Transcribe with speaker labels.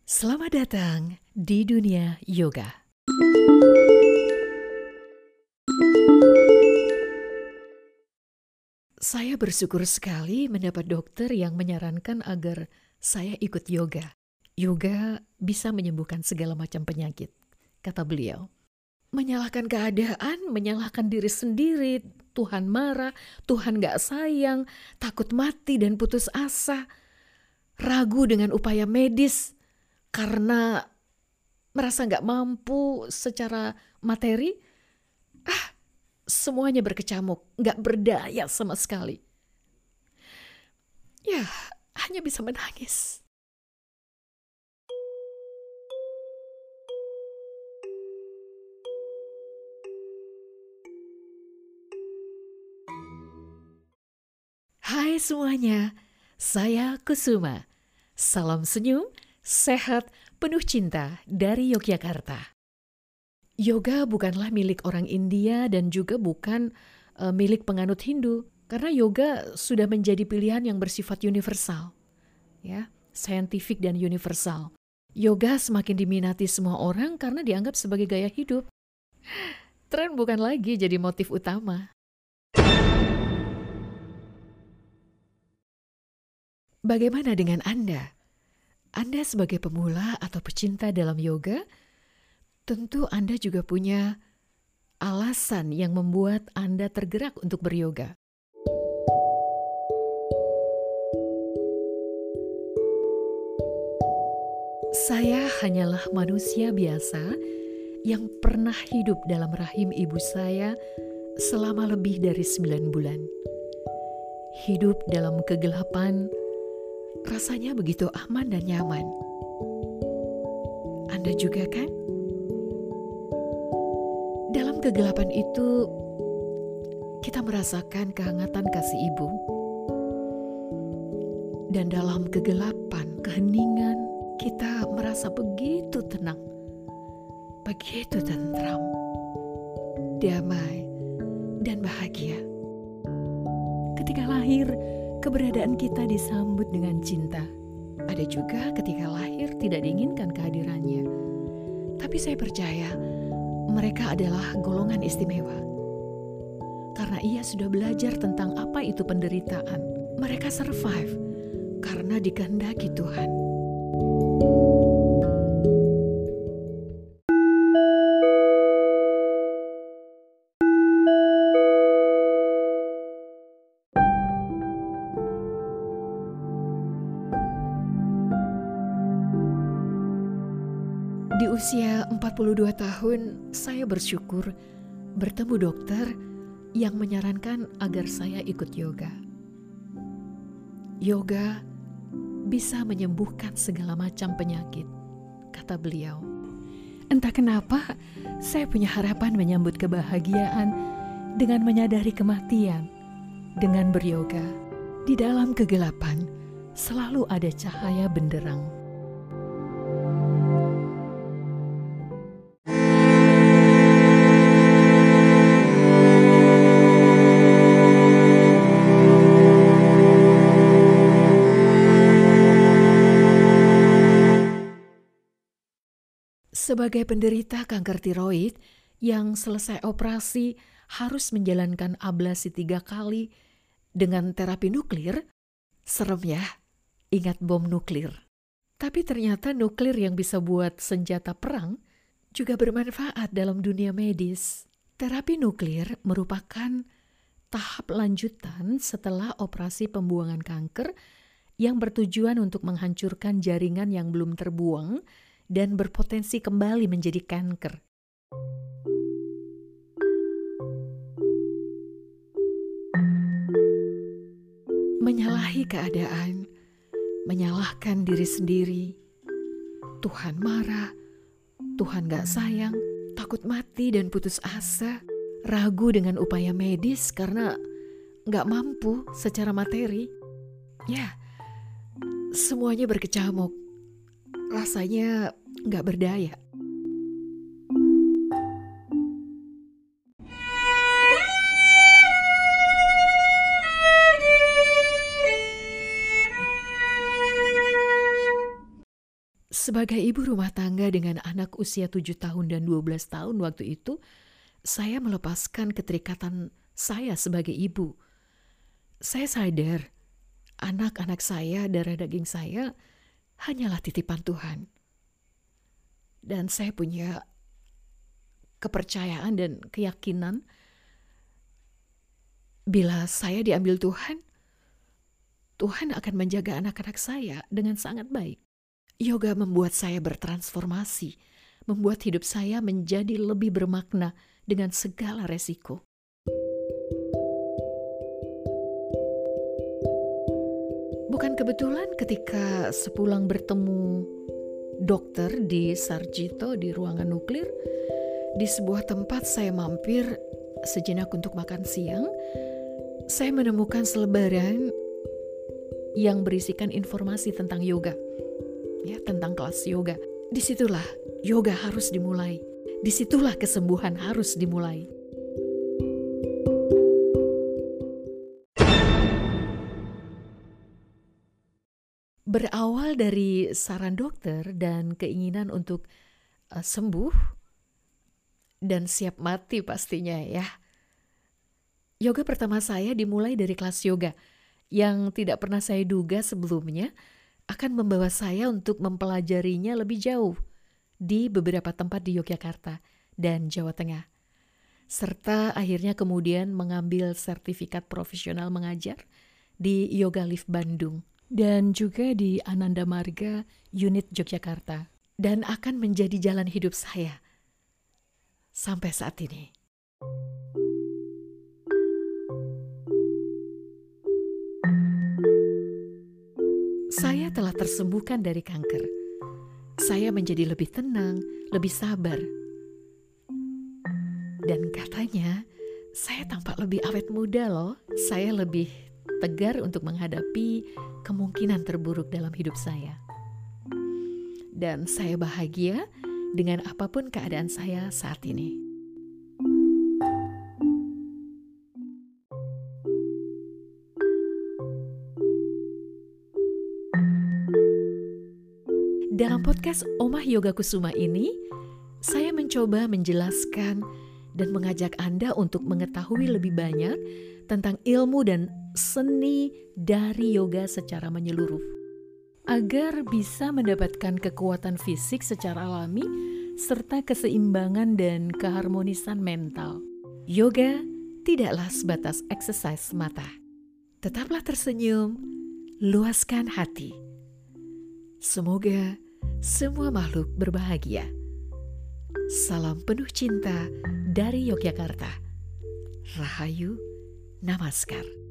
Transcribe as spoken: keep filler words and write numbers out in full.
Speaker 1: Selamat datang di dunia yoga. Saya bersyukur sekali mendapat dokter yang menyarankan agar saya ikut yoga. Yoga bisa menyembuhkan segala macam penyakit, kata beliau. Menyalahkan keadaan, menyalahkan diri sendiri, Tuhan marah, Tuhan gak sayang, takut mati dan putus asa, ragu dengan upaya medis, karena merasa gak mampu secara materi, ah semuanya berkecamuk, gak berdaya sama sekali. Ya, hanya bisa menangis. Hai semuanya, saya Kusuma. Salam senyum, sehat, penuh cinta dari Yogyakarta. Yoga bukanlah milik orang India dan juga bukan uh, milik penganut Hindu, karena yoga sudah menjadi pilihan yang bersifat universal, ya, saintifik dan universal. Yoga semakin diminati semua orang karena dianggap sebagai gaya hidup. Tren bukan lagi jadi motif utama. Bagaimana dengan Anda? Anda sebagai pemula atau pecinta dalam yoga, tentu Anda juga punya alasan yang membuat Anda tergerak untuk beryoga. Saya hanyalah manusia biasa yang pernah hidup dalam rahim ibu saya selama lebih dari sembilan bulan. Hidup dalam kegelapan rasanya begitu aman dan nyaman. Anda juga kan? Dalam kegelapan itu, kita merasakan kehangatan kasih ibu. Dan dalam kegelapan, keheningan, kita merasa begitu tenang, begitu tentram, damai, dan bahagia. Ketika lahir, keberadaan kita disambut dengan cinta. Ada juga ketika lahir tidak diinginkan kehadirannya. Tapi saya percaya mereka adalah golongan istimewa. Karena ia sudah belajar tentang apa itu penderitaan. Mereka survive karena dikehendaki Tuhan. Di usia empat puluh dua tahun, saya bersyukur bertemu dokter yang menyarankan agar saya ikut yoga. Yoga bisa menyembuhkan segala macam penyakit, kata beliau. Entah kenapa, saya punya harapan menyambut kebahagiaan dengan menyadari kematian. Dengan beryoga, di dalam kegelapan selalu ada cahaya benderang. Sebagai penderita kanker tiroid yang selesai operasi harus menjalankan ablasi tiga kali dengan terapi nuklir, serem ya, ingat bom nuklir. Tapi ternyata nuklir yang bisa buat senjata perang juga bermanfaat dalam dunia medis. Terapi nuklir merupakan tahap lanjutan setelah operasi pembuangan kanker yang bertujuan untuk menghancurkan jaringan yang belum terbuang dan berpotensi kembali menjadi kanker. Menyalahi keadaan, menyalahkan diri sendiri, Tuhan marah, Tuhan gak sayang, takut mati dan putus asa, ragu dengan upaya medis karena gak mampu secara materi. Ya, semuanya berkecamuk. Rasanya gak berdaya. Sebagai ibu rumah tangga dengan anak usia tujuh tahun dan dua belas tahun waktu itu, saya melepaskan keterikatan saya sebagai ibu. Saya sadar anak-anak saya, darah daging saya, hanyalah titipan Tuhan. Dan saya punya kepercayaan dan keyakinan bila saya diambil Tuhan, Tuhan akan menjaga anak-anak saya dengan sangat baik. Yoga membuat saya bertransformasi, membuat hidup saya menjadi lebih bermakna dengan segala resiko. Bukan kebetulan ketika sepulang bertemu dokter di Sarjito di ruangan nuklir, di sebuah tempat saya mampir sejenak untuk makan siang, saya menemukan selebaran yang berisikan informasi tentang yoga. Ya, tentang kelas yoga. Disitulah yoga harus dimulai. Disitulah kesembuhan harus dimulai. Berawal dari saran dokter dan keinginan untuk uh, sembuh dan siap mati pastinya ya. Yoga pertama saya dimulai dari kelas yoga yang tidak pernah saya duga sebelumnya akan membawa saya untuk mempelajarinya lebih jauh di beberapa tempat di Yogyakarta dan Jawa Tengah. Serta akhirnya kemudian mengambil sertifikat profesional mengajar di Yoga Lift Bandung dan juga di Ananda Marga Unit Yogyakarta. Dan akan menjadi jalan hidup saya sampai saat ini. Saya telah tersembuhkan dari kanker. Saya menjadi lebih tenang, lebih sabar. Dan katanya, saya tampak lebih awet muda loh. Saya lebih tegar untuk menghadapi kemungkinan terburuk dalam hidup saya. Dan saya bahagia dengan apapun keadaan saya saat ini. Dalam podcast Omah Yoga Kusuma ini, saya mencoba menjelaskan dan mengajak Anda untuk mengetahui lebih banyak tentang ilmu dan seni dari yoga secara menyeluruh, agar bisa mendapatkan kekuatan fisik secara alami serta keseimbangan dan keharmonisan mental. Yoga tidaklah sebatas exercise mata. Tetaplah tersenyum, luaskan hati. Semoga semua makhluk berbahagia. Salam penuh cinta dari Yogyakarta. Rahayu, Namaskar.